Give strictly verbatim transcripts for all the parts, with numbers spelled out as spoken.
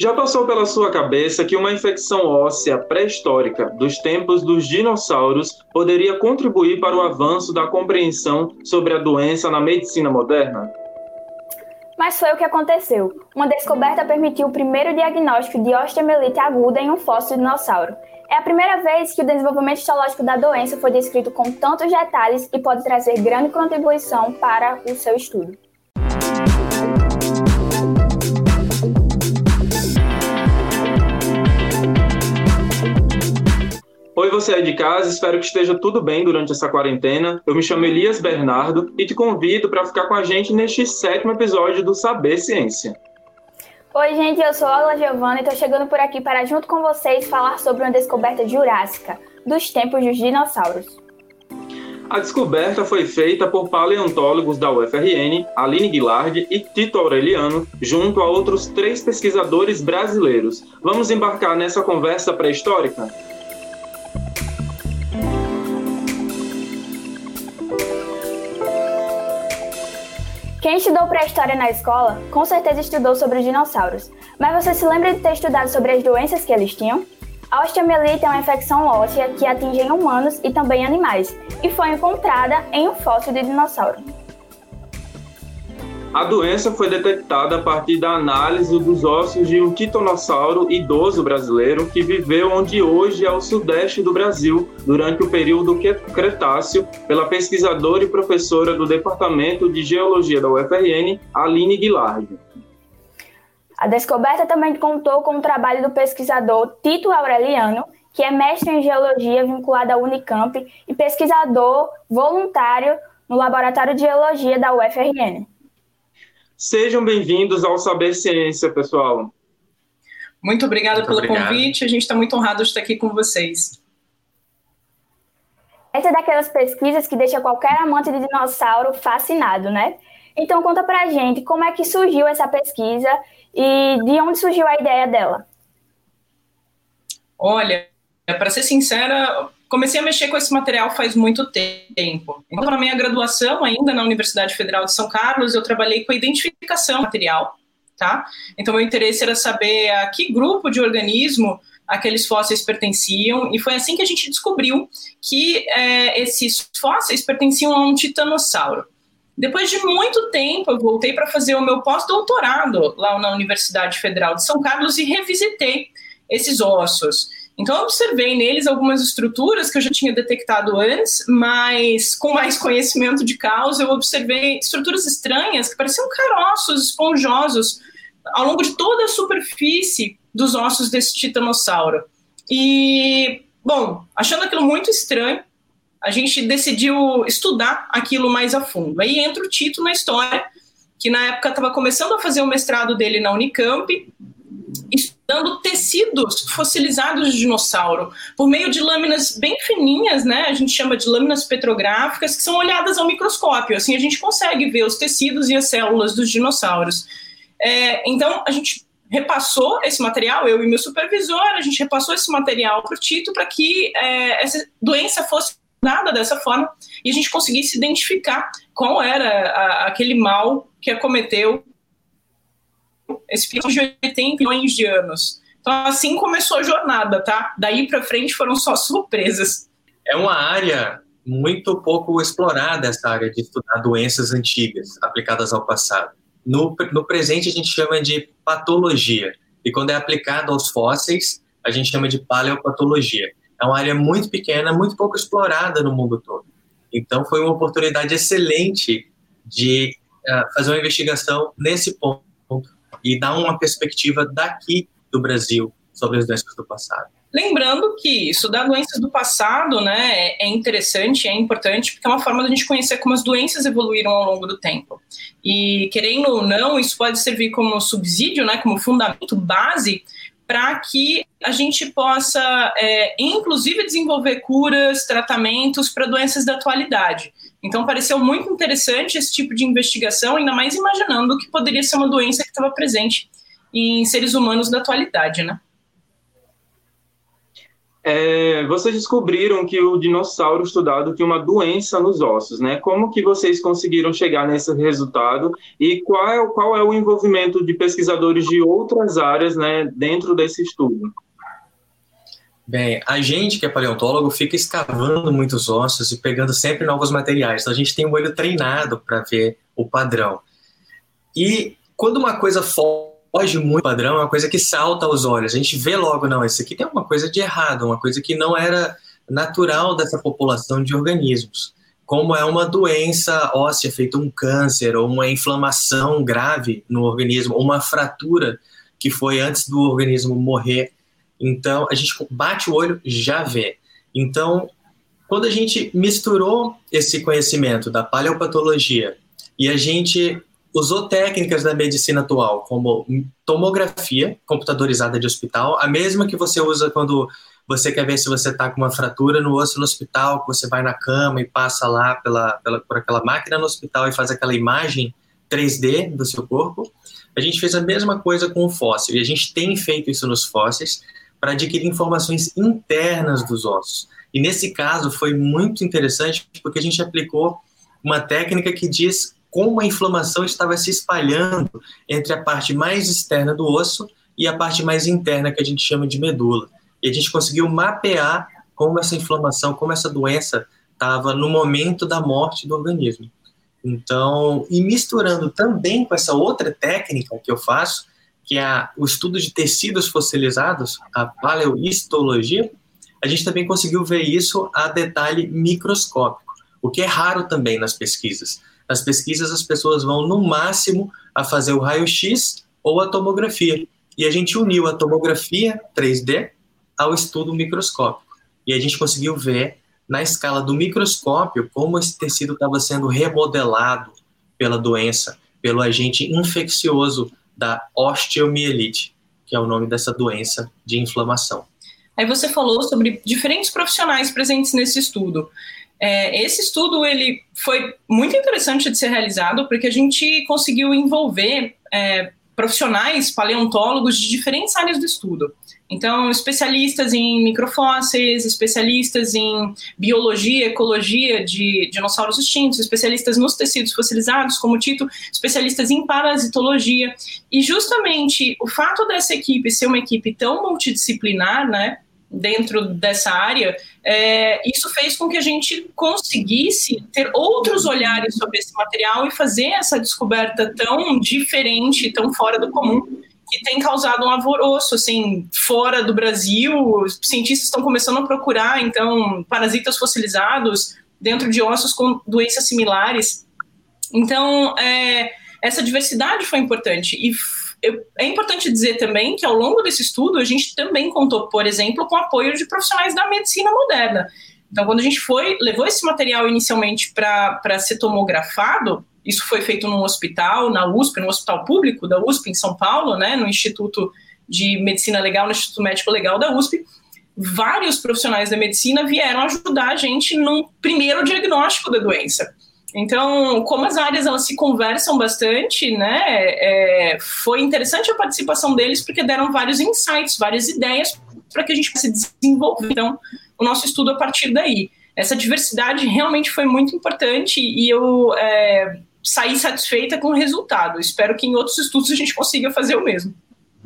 Já passou pela sua cabeça que uma infecção óssea pré-histórica dos tempos dos dinossauros poderia contribuir para o avanço da compreensão sobre a doença na medicina moderna? Mas foi o que aconteceu. Uma descoberta permitiu o primeiro diagnóstico de osteomielite aguda em um fóssil de dinossauro. É a primeira vez que o desenvolvimento histológico da doença foi descrito com tantos detalhes e pode trazer grande contribuição para o seu estudo. Oi, você aí de casa, espero que esteja tudo bem durante essa quarentena. Eu me chamo Elias Bernardo e te convido para ficar com a gente neste sétimo episódio do Saber Ciência. Oi, gente, eu sou Olga Giovana e estou chegando por aqui para, junto com vocês, falar sobre uma descoberta jurássica, dos tempos dos dinossauros. A descoberta foi feita por paleontólogos da U F R N, Aline Guilard e Tito Aureliano, junto a outros três pesquisadores brasileiros. Vamos embarcar nessa conversa pré-histórica? Quem estudou pré-história na escola, com certeza estudou sobre os dinossauros. Mas você se lembra de ter estudado sobre as doenças que eles tinham? A osteomielite é uma infecção óssea que atinge humanos e também animais, e foi encontrada em um fóssil de dinossauro. A doença foi detectada a partir da análise dos ossos de um titanossauro idoso brasileiro que viveu onde hoje é o sudeste do Brasil, durante o período Cretáceo, pela pesquisadora e professora do Departamento de Geologia da U F R N, Aline Guilard. A descoberta também contou com o trabalho do pesquisador Tito Aureliano, que é mestre em Geologia vinculado à Unicamp e pesquisador voluntário no Laboratório de Geologia da U F R N. Sejam bem-vindos ao Saber Ciência, pessoal. Muito obrigada muito pelo obrigado. convite, a gente está muito honrado de estar aqui com vocês. Essa é daquelas pesquisas que deixa qualquer amante de dinossauro fascinado, né? Então conta pra gente como é que surgiu essa pesquisa e de onde surgiu a ideia dela. Olha, para ser sincera, comecei a mexer com esse material faz muito tempo. Então, na minha graduação, ainda na Universidade Federal de São Carlos, eu trabalhei com a identificação do material, tá? Então, meu interesse era saber a que grupo de organismo aqueles fósseis pertenciam, e foi assim que a gente descobriu que é, esses fósseis pertenciam a um titanossauro. Depois de muito tempo, eu voltei para fazer o meu pós-doutorado lá na Universidade Federal de São Carlos e revisitei esses ossos. Então, eu observei neles algumas estruturas que eu já tinha detectado antes, mas com mais conhecimento de causa, eu observei estruturas estranhas que pareciam caroços esponjosos ao longo de toda a superfície dos ossos desse titanossauro. E, bom, achando aquilo muito estranho, a gente decidiu estudar aquilo mais a fundo. Aí entra o Tito na história, que na época estava começando a fazer o mestrado dele na Unicamp, estudando tecidos fossilizados de dinossauro, por meio de lâminas bem fininhas, né? A gente chama de lâminas petrográficas, que são olhadas ao microscópio. Assim a gente consegue ver os tecidos e as células dos dinossauros. É, então, a gente repassou esse material, eu e meu supervisor, a gente repassou esse material para o Tito para que é, essa doença fosse dada dessa forma e a gente conseguisse identificar qual era a, aquele mal que acometeu esse filme de oitenta milhões de anos. Então, assim começou a jornada, tá? Daí para frente foram só surpresas. É uma área muito pouco explorada, essa área de estudar doenças antigas aplicadas ao passado. No, no presente, a gente chama de patologia. E quando é aplicado aos fósseis, a gente chama de paleopatologia. É uma área muito pequena, muito pouco explorada no mundo todo. Então, foi uma oportunidade excelente de uh, fazer uma investigação nesse ponto e dar uma perspectiva daqui do Brasil sobre as doenças do passado. Lembrando que estudar doenças do passado, né, é interessante, é importante, porque é uma forma de a gente conhecer como as doenças evoluíram ao longo do tempo. E, querendo ou não, isso pode servir como subsídio, né, como fundamento, base, para que a gente possa, é, inclusive, desenvolver curas, tratamentos para doenças da atualidade. Então, pareceu muito interessante esse tipo de investigação, ainda mais imaginando que poderia ser uma doença que estava presente em seres humanos da atualidade, né? É, vocês descobriram que o dinossauro estudado tinha uma doença nos ossos, né? Como que vocês conseguiram chegar nesse resultado e qual é, qual é o envolvimento de pesquisadores de outras áreas, né, dentro desse estudo? Bem, a gente que é paleontólogo fica escavando muitos ossos e pegando sempre novos materiais, então a gente tem o olho treinado para ver o padrão. E quando uma coisa foge muito do padrão, é uma coisa que salta aos olhos. A gente vê logo, não, isso aqui tem uma coisa de errado, uma coisa que não era natural dessa população de organismos. Como é uma doença óssea, feita um câncer, ou uma inflamação grave no organismo, ou uma fratura que foi antes do organismo morrer. Então, a gente bate o olho, já vê. Então, quando a gente misturou esse conhecimento da paleopatologia e a gente usou técnicas da medicina atual, como tomografia computadorizada de hospital, a mesma que você usa quando você quer ver se você está com uma fratura no osso no hospital, que você vai na cama e passa lá pela, pela, por aquela máquina no hospital e faz aquela imagem três D do seu corpo. A gente fez a mesma coisa com o fóssil, e a gente tem feito isso nos fósseis para adquirir informações internas dos ossos. E nesse caso foi muito interessante porque a gente aplicou uma técnica que diz como a inflamação estava se espalhando entre a parte mais externa do osso e a parte mais interna, que a gente chama de medula. E a gente conseguiu mapear como essa inflamação, como essa doença estava no momento da morte do organismo. Então, e misturando também com essa outra técnica que eu faço, que é a, o estudo de tecidos fossilizados, a paleohistologia, a gente também conseguiu ver isso a detalhe microscópico, o que é raro também nas pesquisas. Nas pesquisas, as pessoas vão, no máximo, a fazer o raio-x ou a tomografia. E a gente uniu a tomografia três D ao estudo microscópico. E a gente conseguiu ver, na escala do microscópio, como esse tecido estava sendo remodelado pela doença, pelo agente infeccioso da osteomielite, que é o nome dessa doença de inflamação. Aí você falou sobre diferentes profissionais presentes nesse estudo. É, esse estudo ele foi muito interessante de ser realizado porque a gente conseguiu envolver é, profissionais paleontólogos de diferentes áreas do estudo. Então, especialistas em microfósseis, especialistas em biologia, ecologia de dinossauros extintos, especialistas nos tecidos fossilizados, como o Tito, especialistas em parasitologia. E justamente o fato dessa equipe ser uma equipe tão multidisciplinar, né, dentro dessa área, é, isso fez com que a gente conseguisse ter outros olhares sobre esse material e fazer essa descoberta tão diferente, tão fora do comum, que tem causado um alvoroço, assim, fora do Brasil. Os cientistas estão começando a procurar, então, parasitas fossilizados dentro de ossos com doenças similares. Então, é, essa diversidade foi importante. E é importante dizer também que, ao longo desse estudo, a gente também contou, por exemplo, com o apoio de profissionais da medicina moderna. Então, quando a gente foi, levou esse material inicialmente para ser tomografado, isso foi feito num hospital, na U S P, no hospital público da U S P, em São Paulo, né, no Instituto de Medicina Legal, no Instituto Médico Legal da U S P. Vários profissionais da medicina vieram ajudar a gente no primeiro diagnóstico da doença. Então, como as áreas elas se conversam bastante, né, é, foi interessante a participação deles porque deram vários insights, várias ideias para que a gente possa desenvolver, então, o nosso estudo a partir daí. Essa diversidade realmente foi muito importante e eu é, saí satisfeita com o resultado. Espero que em outros estudos a gente consiga fazer o mesmo.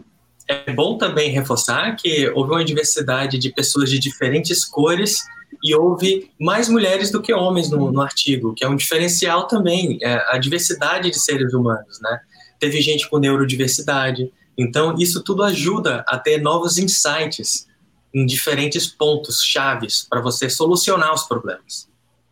É bom também reforçar que houve uma diversidade de pessoas de diferentes cores e houve mais mulheres do que homens no, no artigo, que é um diferencial também, é, a diversidade de seres humanos, né? Teve gente com neurodiversidade, então isso tudo ajuda a ter novos insights em diferentes pontos chaves para você solucionar os problemas.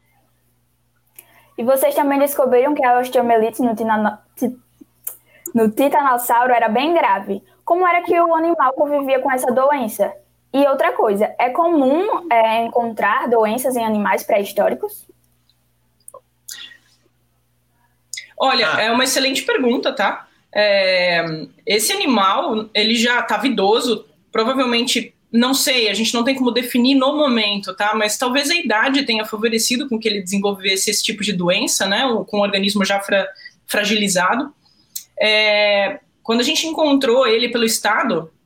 E vocês também descobriram que a osteomielite no, tinano... no titanossauro era bem grave. Como era que o animal convivia com essa doença? E outra coisa, é comum é, encontrar doenças em animais pré-históricos? Olha, ah. é uma excelente pergunta, tá? É, esse animal, ele já estava idoso, provavelmente, não sei, a gente não tem como definir no momento, tá? Mas talvez a idade tenha favorecido com que ele desenvolvesse esse tipo de doença, né? Com o organismo já fra- fragilizado. É, quando a gente encontrou ele pelo estado,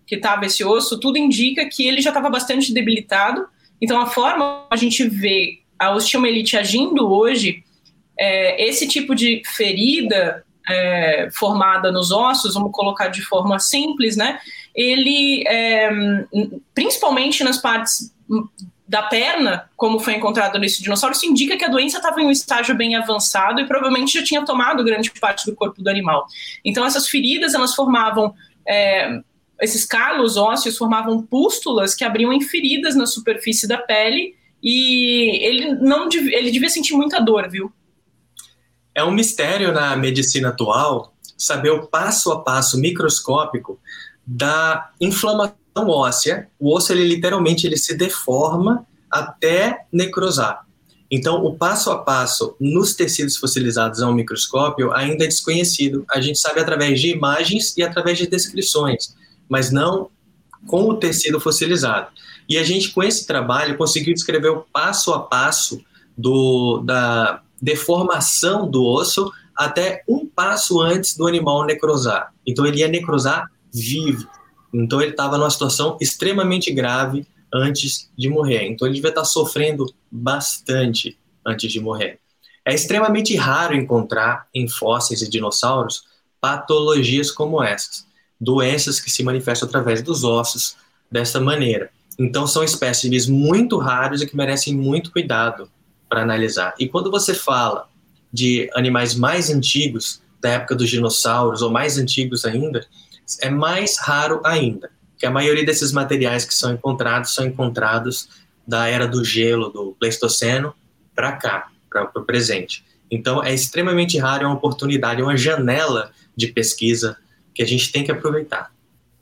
que estava esse osso, tudo indica que ele já estava bastante debilitado. Então, a forma a gente vê a osteomielite agindo hoje, é, esse tipo de ferida é, formada nos ossos, vamos colocar de forma simples, né? Ele, é, principalmente nas partes da perna, como foi encontrado nesse dinossauro, isso indica que a doença estava em um estágio bem avançado e provavelmente já tinha tomado grande parte do corpo do animal. Então, essas feridas, elas formavam, é, esses calos ósseos formavam pústulas que abriam em feridas na superfície da pele e ele, não, ele devia sentir muita dor, viu? É um mistério na medicina atual saber o passo a passo microscópico da inflamação óssea. O osso, ele literalmente ele se deforma até necrosar. Então, o passo a passo nos tecidos fossilizados ao microscópio ainda é desconhecido. A gente sabe através de imagens e através de descrições, mas não com o tecido fossilizado. E a gente, com esse trabalho, conseguiu descrever o passo a passo do, da deformação do osso até um passo antes do animal necrosar. Então, ele ia necrosar vivo. Então, ele estava numa situação extremamente grave antes de morrer. Então, ele devia estar sofrendo bastante antes de morrer. É extremamente raro encontrar em fósseis de dinossauros patologias como essas, doenças que se manifestam através dos ossos dessa maneira. Então, são espécimes muito raros e que merecem muito cuidado para analisar. E quando você fala de animais mais antigos, da época dos dinossauros, ou mais antigos ainda, é mais raro ainda, porque a maioria desses materiais que são encontrados são encontrados da era do gelo, do Pleistoceno, para cá, para o presente. Então, é extremamente raro, é uma oportunidade, é uma janela de pesquisa que a gente tem que aproveitar.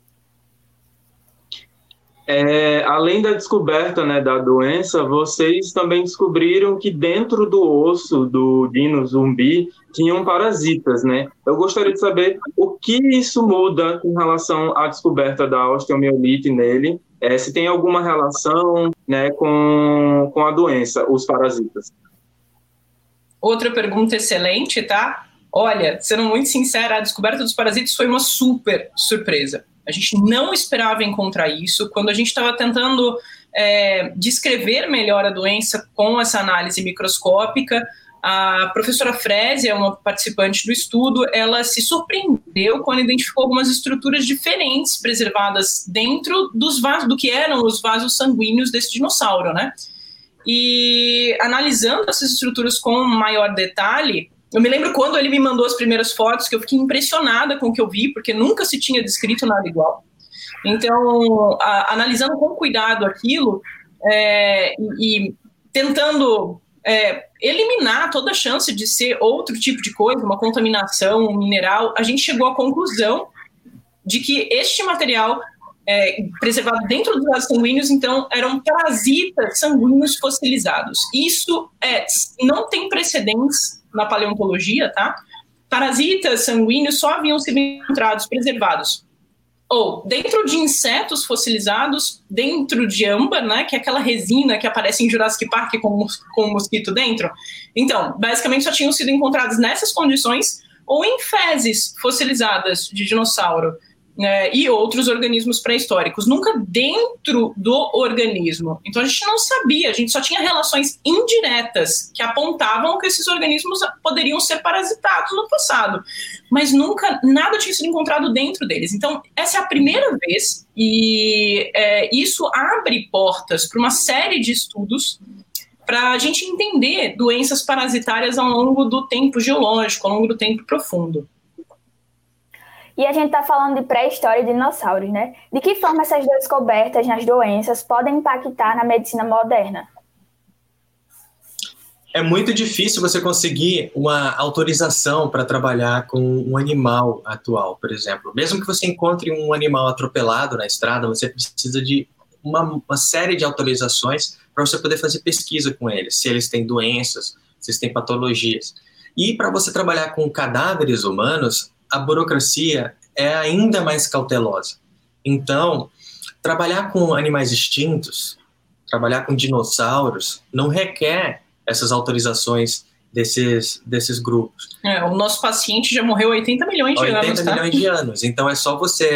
É, além da descoberta, né, da doença, vocês também descobriram que dentro do osso do dino zumbi tinham parasitas, né? Eu gostaria de saber o que isso muda com relação à descoberta da osteomielite nele, é, se tem alguma relação, né, com, com a doença, os parasitas. Outra pergunta excelente, tá? Olha, sendo muito sincera, a descoberta dos parasitas foi uma super surpresa. A gente não esperava encontrar isso. Quando a gente estava tentando é, descrever melhor a doença com essa análise microscópica, a professora Frezia, uma participante do estudo, ela se surpreendeu quando identificou algumas estruturas diferentes preservadas dentro dos vasos, do que eram os vasos sanguíneos desse dinossauro, né? E analisando essas estruturas com maior detalhe, eu me lembro quando ele me mandou as primeiras fotos, que eu fiquei impressionada com o que eu vi, porque nunca se tinha descrito nada igual. Então, a, analisando com cuidado aquilo é, e, e tentando é, eliminar toda a chance de ser outro tipo de coisa, uma contaminação, um mineral, a gente chegou à conclusão de que este material é, preservado dentro dos vasos sanguíneos, então, eram parasitas sanguíneos fossilizados. Isso é, não tem precedentes na paleontologia, tá? Parasitas sanguíneos só haviam sido encontrados, preservados, ou dentro de insetos fossilizados, dentro de âmbar, né, que é aquela resina que aparece em Jurassic Park com, com um mosquito dentro. Então, basicamente só tinham sido encontrados nessas condições, ou em fezes fossilizadas de dinossauro, né, e outros organismos pré-históricos, nunca dentro do organismo. Então a gente não sabia, a gente só tinha relações indiretas que apontavam que esses organismos poderiam ser parasitados no passado, mas nunca, nada tinha sido encontrado dentro deles. Então essa é a primeira vez, e é, isso abre portas para uma série de estudos para a gente entender doenças parasitárias ao longo do tempo geológico, ao longo do tempo profundo. E a gente está falando de pré-história e dinossauros, né? De que forma essas descobertas nas doenças podem impactar na medicina moderna? É muito difícil você conseguir uma autorização para trabalhar com um animal atual, por exemplo. Mesmo que você encontre um animal atropelado na estrada, você precisa de uma, uma série de autorizações para você poder fazer pesquisa com eles, se eles têm doenças, se eles têm patologias. E para você trabalhar com cadáveres humanos, a burocracia é ainda mais cautelosa. Então, trabalhar com animais extintos, trabalhar com dinossauros, não requer essas autorizações desses, desses grupos. É, o nosso paciente já morreu há oitenta milhões de anos, oitenta milhões de anos. Então, é só você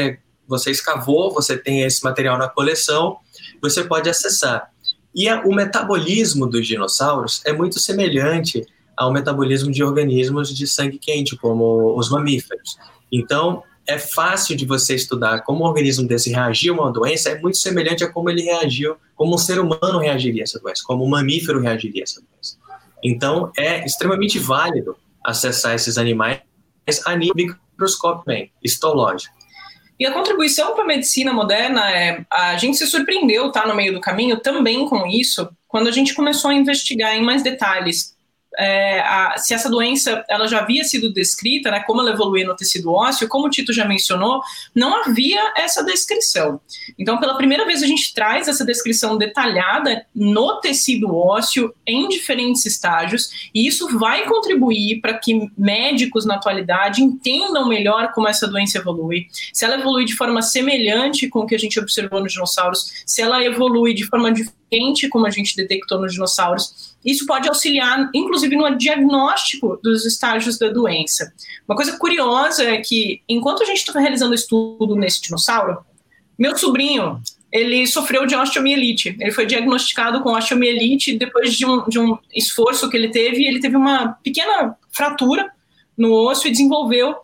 você escavou, você tem esse material na coleção, você pode acessar. E a, o metabolismo dos dinossauros é muito semelhante ao metabolismo de organismos de sangue quente, como os mamíferos. Então, é fácil de você estudar como um organismo desse reagiu a uma doença, é muito semelhante a como ele reagiu, como um ser humano reagiria a essa doença, como um mamífero reagiria a essa doença. Então, é extremamente válido acessar esses animais a nível microscópico, bem, histológico. E a contribuição para a medicina moderna, é, a gente se surpreendeu, tá, no meio do caminho, também com isso, quando a gente começou a investigar em mais detalhes É, a, se essa doença ela já havia sido descrita, né, como ela evoluía no tecido ósseo, como o Tito já mencionou, não havia essa descrição. Então, pela primeira vez, a gente traz essa descrição detalhada no tecido ósseo, em diferentes estágios, e isso vai contribuir para que médicos, na atualidade, entendam melhor como essa doença evolui, se ela evolui de forma semelhante com o que a gente observou nos dinossauros, se ela evolui de forma diferente, como a gente detectou nos dinossauros. Isso pode auxiliar, inclusive, no diagnóstico dos estágios da doença. Uma coisa curiosa é que, enquanto a gente estava realizando estudo nesse dinossauro, meu sobrinho, ele sofreu de osteomielite. Ele foi diagnosticado com osteomielite depois de um, de um esforço que ele teve. Ele teve uma pequena fratura no osso e desenvolveu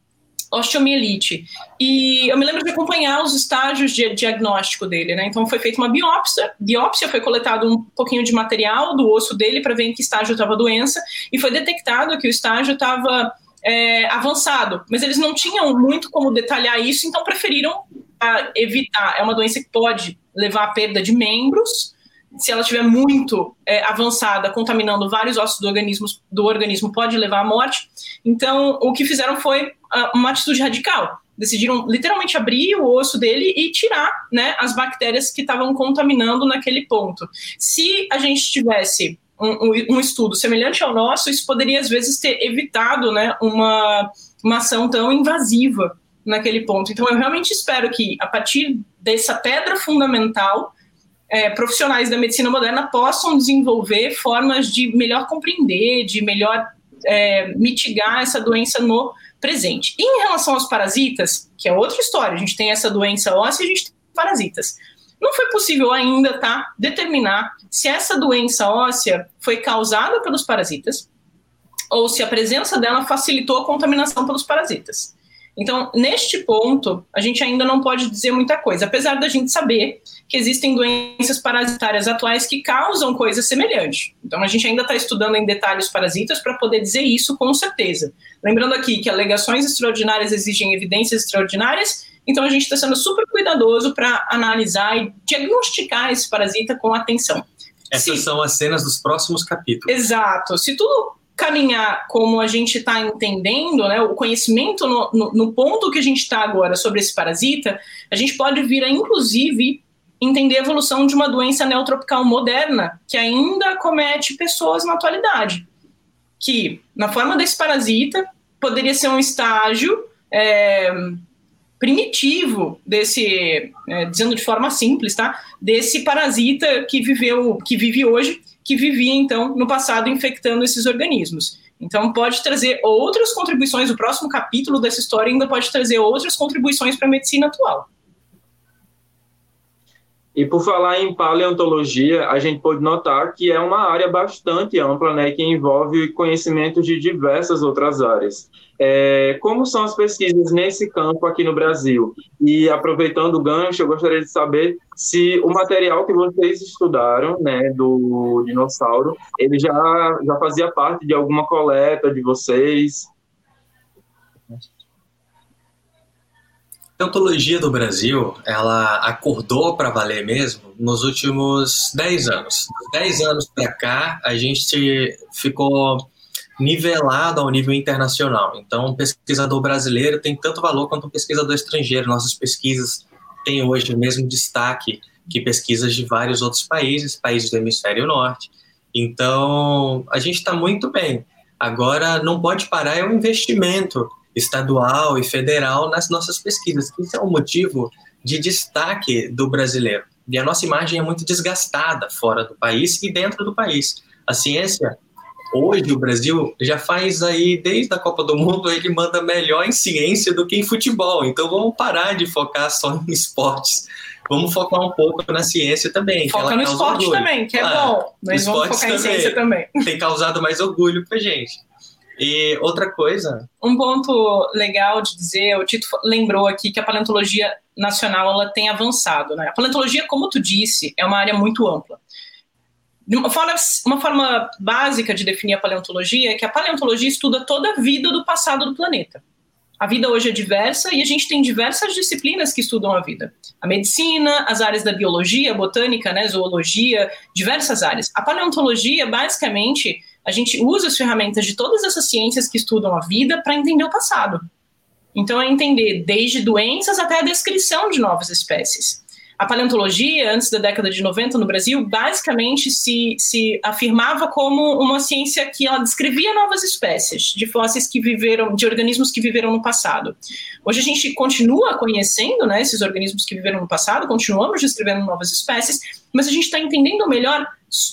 osteomielite. E eu me lembro de acompanhar os estágios de diagnóstico dele, né? Então foi feita uma biópsia, biópsia foi coletado um pouquinho de material do osso dele para ver em que estágio estava a doença, e foi detectado que o estágio estava é, avançado, mas eles não tinham muito como detalhar isso, então preferiram a, evitar. É uma doença que pode levar à perda de membros, se ela estiver muito é, avançada, contaminando vários ossos do organismo, do organismo, pode levar à morte. Então, o que fizeram foi uh, uma atitude radical. Decidiram literalmente abrir o osso dele e tirar, né, as bactérias que estavam contaminando naquele ponto. Se a gente tivesse um, um, um estudo semelhante ao nosso, isso poderia, às vezes, ter evitado, né, uma, uma ação tão invasiva naquele ponto. Então, eu realmente espero que, a partir dessa pedra fundamental, É, profissionais da medicina moderna possam desenvolver formas de melhor compreender, de melhor é, mitigar essa doença no presente. E em relação aos parasitas, que é outra história, a gente tem essa doença óssea e a gente tem parasitas. Não foi possível ainda, tá, determinar se essa doença óssea foi causada pelos parasitas ou se a presença dela facilitou a contaminação pelos parasitas. Então, neste ponto, a gente ainda não pode dizer muita coisa, apesar da gente saber que existem doenças parasitárias atuais que causam coisa semelhante. Então, a gente ainda está estudando em detalhes os parasitas para poder dizer isso com certeza. Lembrando aqui que alegações extraordinárias exigem evidências extraordinárias, então a gente está sendo super cuidadoso para analisar e diagnosticar esse parasita com atenção. Essas Se... são as cenas dos próximos capítulos. Exato. Se tudo caminhar como a gente está entendendo, né, o conhecimento no, no, no ponto que a gente está agora sobre esse parasita, a gente pode vir a, inclusive, entender a evolução de uma doença neotropical moderna que ainda acomete pessoas na atualidade, que, na forma desse parasita, poderia ser um estágio é, primitivo desse, é, dizendo de forma simples, tá, desse parasita que viveu, que vive hoje, que vivia, então, no passado, infectando esses organismos. Então, pode trazer outras contribuições, o próximo capítulo dessa história ainda pode trazer outras contribuições para a medicina atual. E por falar em paleontologia, a gente pode notar que é uma área bastante ampla, né, que envolve conhecimento de diversas outras áreas. É, como são as pesquisas nesse campo aqui no Brasil? E aproveitando o gancho, eu gostaria de saber se o material que vocês estudaram, né, do dinossauro, ele já, já fazia parte de alguma coleta de vocês? A paleontologia do Brasil, ela acordou para valer mesmo nos últimos dez anos. dez anos para cá, a gente ficou nivelado ao nível internacional. Então, um pesquisador brasileiro tem tanto valor quanto um pesquisador estrangeiro. Nossas pesquisas têm hoje o mesmo destaque que pesquisas de vários outros países, países do hemisfério norte. Então, a gente está muito bem. Agora, não pode parar, é um investimento estadual e federal nas nossas pesquisas. Isso é um motivo de destaque do brasileiro. E a nossa imagem é muito desgastada fora do país e dentro do país. A ciência Hoje o Brasil já faz aí, desde a Copa do Mundo, ele manda melhor em ciência do que em futebol. Então vamos parar de focar só em esportes. Vamos focar um pouco na ciência também. Foca no esporte orgulho. também, que é ah, bom. Mas vamos focar também. em ciência também. Tem causado mais orgulho pra gente. E outra coisa... Um ponto legal de dizer, o Tito lembrou aqui que a paleontologia nacional ela tem avançado, né? A paleontologia, como tu disse, é uma área muito ampla. Uma forma, uma forma básica de definir a paleontologia é que a paleontologia estuda toda a vida do passado do planeta. A vida hoje é diversa e a gente tem diversas disciplinas que estudam a vida. A medicina, as áreas da biologia, botânica, né, zoologia, diversas áreas. A paleontologia, basicamente, a gente usa as ferramentas de todas essas ciências que estudam a vida para entender o passado. Então é entender desde doenças até a descrição de novas espécies. A paleontologia, antes da década de noventa no Brasil, basicamente se, se afirmava como uma ciência que ela descrevia novas espécies de fósseis que viveram, de organismos que viveram no passado. Hoje a gente continua conhecendo, né, esses organismos que viveram no passado, continuamos descrevendo novas espécies, mas a gente está entendendo melhor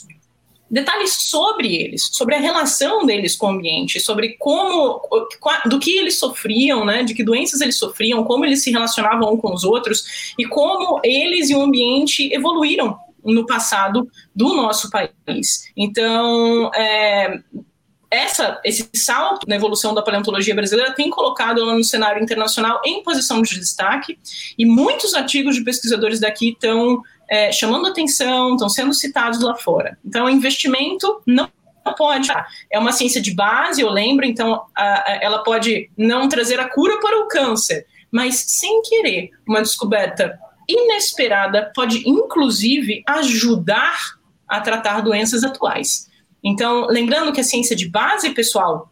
detalhes sobre eles, sobre a relação deles com o ambiente, sobre como, do que eles sofriam, né, de que doenças eles sofriam, como eles se relacionavam uns com os outros e como eles e o ambiente evoluíram no passado do nosso país. Então, é, essa, esse salto na evolução da paleontologia brasileira tem colocado ela no cenário internacional em posição de destaque e muitos artigos de pesquisadores daqui estão É, chamando atenção, estão sendo citados lá fora. Então, o investimento não pode... É uma ciência de base, eu lembro, então a, a, ela pode não trazer a cura para o câncer, mas, sem querer, uma descoberta inesperada pode, inclusive, ajudar a tratar doenças atuais. Então, lembrando que a ciência de base, pessoal,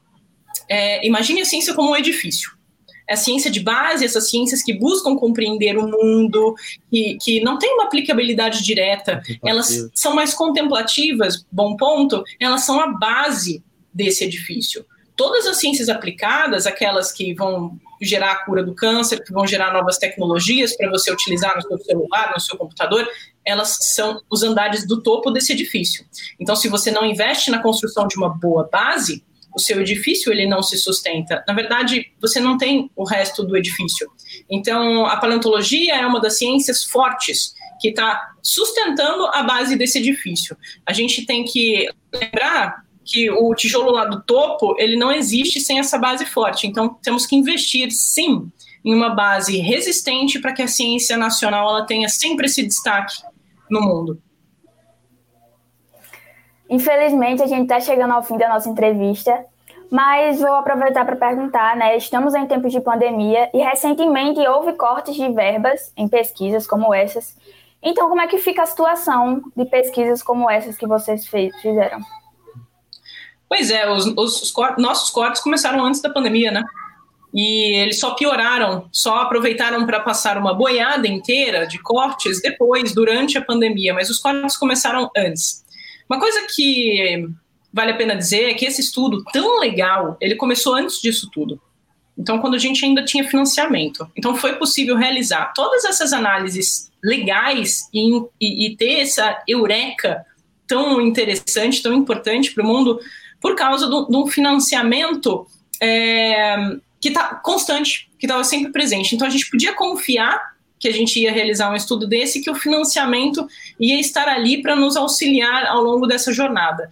é, imagine a ciência como um edifício. É a ciência de base, essas ciências que buscam compreender o mundo, que, que não tem uma aplicabilidade direta, elas são mais contemplativas, bom ponto, elas são a base desse edifício. Todas as ciências aplicadas, aquelas que vão gerar a cura do câncer, que vão gerar novas tecnologias para você utilizar no seu celular, no seu computador, elas são os andares do topo desse edifício. Então, se você não investe na construção de uma boa base, o seu edifício ele não se sustenta. Na verdade, você não tem o resto do edifício. Então, a paleontologia é uma das ciências fortes que está sustentando a base desse edifício. A gente tem que lembrar que o tijolo lá do topo, ele não existe sem essa base forte. Então, temos que investir, sim, em uma base resistente para que a ciência nacional ela tenha sempre esse destaque no mundo. Infelizmente, a gente está chegando ao fim da nossa entrevista, mas vou aproveitar para perguntar, né? Estamos em tempos de pandemia e recentemente houve cortes de verbas em pesquisas como essas. Então, como é que fica a situação de pesquisas como essas que vocês fez, fizeram? Pois é, os, os, os cortes, nossos cortes começaram antes da pandemia, né? E eles só pioraram, só aproveitaram para passar uma boiada inteira de cortes depois, durante a pandemia, mas os cortes começaram antes. Uma coisa que vale a pena dizer é que esse estudo tão legal, ele começou antes disso tudo. Então, quando a gente ainda tinha financiamento. Então, foi possível realizar todas essas análises legais e, e, e ter essa eureka tão interessante, tão importante para o mundo, por causa de um financiamento é, que está constante, que estava sempre presente. Então, a gente podia confiar que a gente ia realizar um estudo desse, que o financiamento ia estar ali para nos auxiliar ao longo dessa jornada.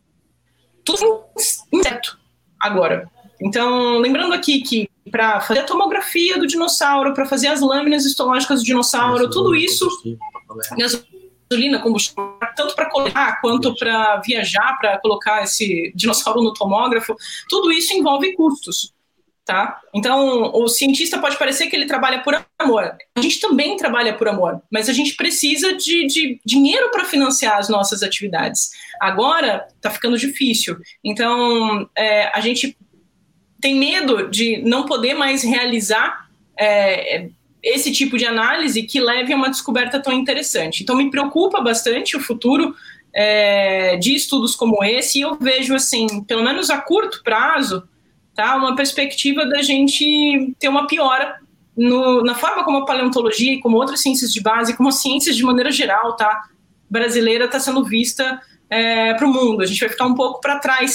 Tudo incerto agora. Então, lembrando aqui que para fazer a tomografia do dinossauro, para fazer as lâminas histológicas do dinossauro, tudo isso, gasolina, combustível, tanto para coletar quanto para viajar, para colocar esse dinossauro no tomógrafo, tudo isso envolve custos. Tá? Então, o cientista pode parecer que ele trabalha por amor. A gente também trabalha por amor, mas a gente precisa de, de dinheiro para financiar as nossas atividades. Agora, está ficando difícil. Então, é, a gente tem medo de não poder mais realizar é, esse tipo de análise que leve a uma descoberta tão interessante. Então, me preocupa bastante o futuro é, de estudos como esse, e eu vejo, assim, pelo menos a curto prazo, tá? Uma perspectiva da gente ter uma piora no, na forma como a paleontologia e como outras ciências de base, como as ciências de maneira geral, tá? brasileira está sendo vista é, para o mundo. A gente vai ficar um pouco para trás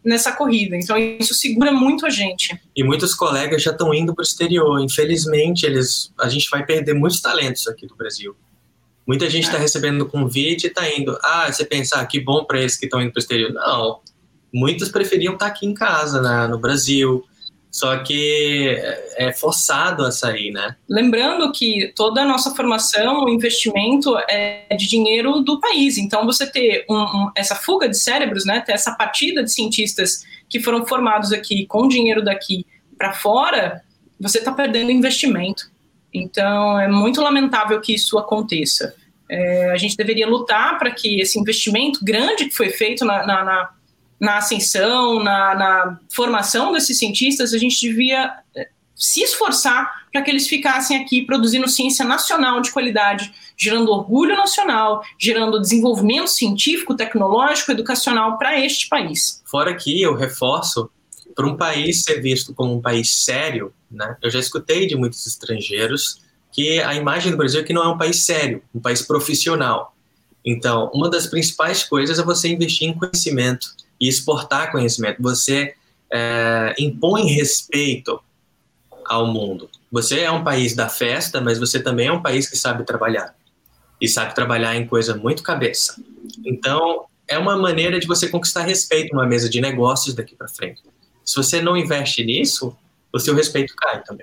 nessa corrida. Então, isso segura muito a gente. E muitos colegas já estão indo para o exterior. Infelizmente, eles, a gente vai perder muitos talentos aqui do Brasil. Muita gente está é. recebendo convite e está indo. Ah, você pensa, ah, que bom para eles que estão indo para o exterior. Não, muitos preferiam estar aqui em casa, né, no Brasil. Só que é forçado a sair, né? Lembrando que toda a nossa formação, o investimento é de dinheiro do país. Então, você ter um, um, essa fuga de cérebros, né? Ter essa partida de cientistas que foram formados aqui com dinheiro daqui para fora, você está perdendo investimento. Então, é muito lamentável que isso aconteça. É, a gente deveria lutar para que esse investimento grande que foi feito na... na, na na ascensão, na, na formação desses cientistas, a gente devia se esforçar para que eles ficassem aqui produzindo ciência nacional de qualidade, gerando orgulho nacional, gerando desenvolvimento científico, tecnológico, educacional para este país. Fora que eu reforço, para um país ser visto como um país sério, né, eu já escutei de muitos estrangeiros que a imagem do Brasil é que não é um país sério, um país profissional. Então, uma das principais coisas é você investir em conhecimento e exportar conhecimento. Você é, impõe respeito ao mundo. Você é um país da festa, mas você também é um país que sabe trabalhar. E sabe trabalhar em coisa muito cabeça. Então, é uma maneira de você conquistar respeito numa mesa de negócios daqui para frente. Se você não investe nisso, o seu respeito cai também.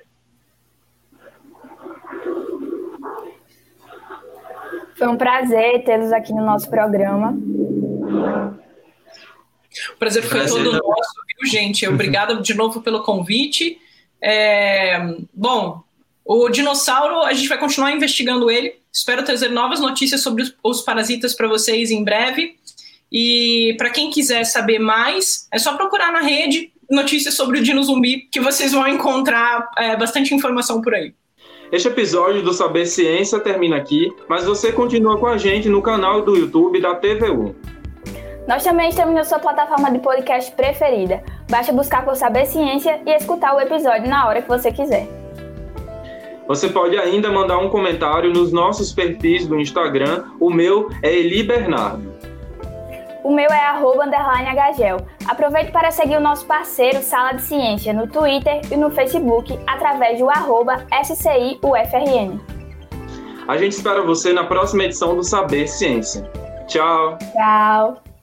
Foi um prazer tê-los aqui no nosso programa. O prazer foi prazer todo não. nosso, viu, gente? Obrigada de novo pelo convite. É, bom, o dinossauro, a gente vai continuar investigando ele. Espero trazer novas notícias sobre os, os parasitas para vocês em breve. E para quem quiser saber mais, é só procurar na rede notícias sobre o Dino Zumbi, que vocês vão encontrar é, bastante informação por aí. Este episódio do Saber Ciência termina aqui, mas você continua com a gente no canal do YouTube da T V U. Nós também estamos na sua plataforma de podcast preferida. Basta buscar por Saber Ciência e escutar o episódio na hora que você quiser. Você pode ainda mandar um comentário nos nossos perfis do Instagram. O meu é Eli Bernardo. O meu é arroba underline agagel. Aproveite para seguir o nosso parceiro Sala de Ciência no Twitter e no Facebook através do arroba S C I U F R N. A gente espera você na próxima edição do Saber Ciência. Tchau! Tchau!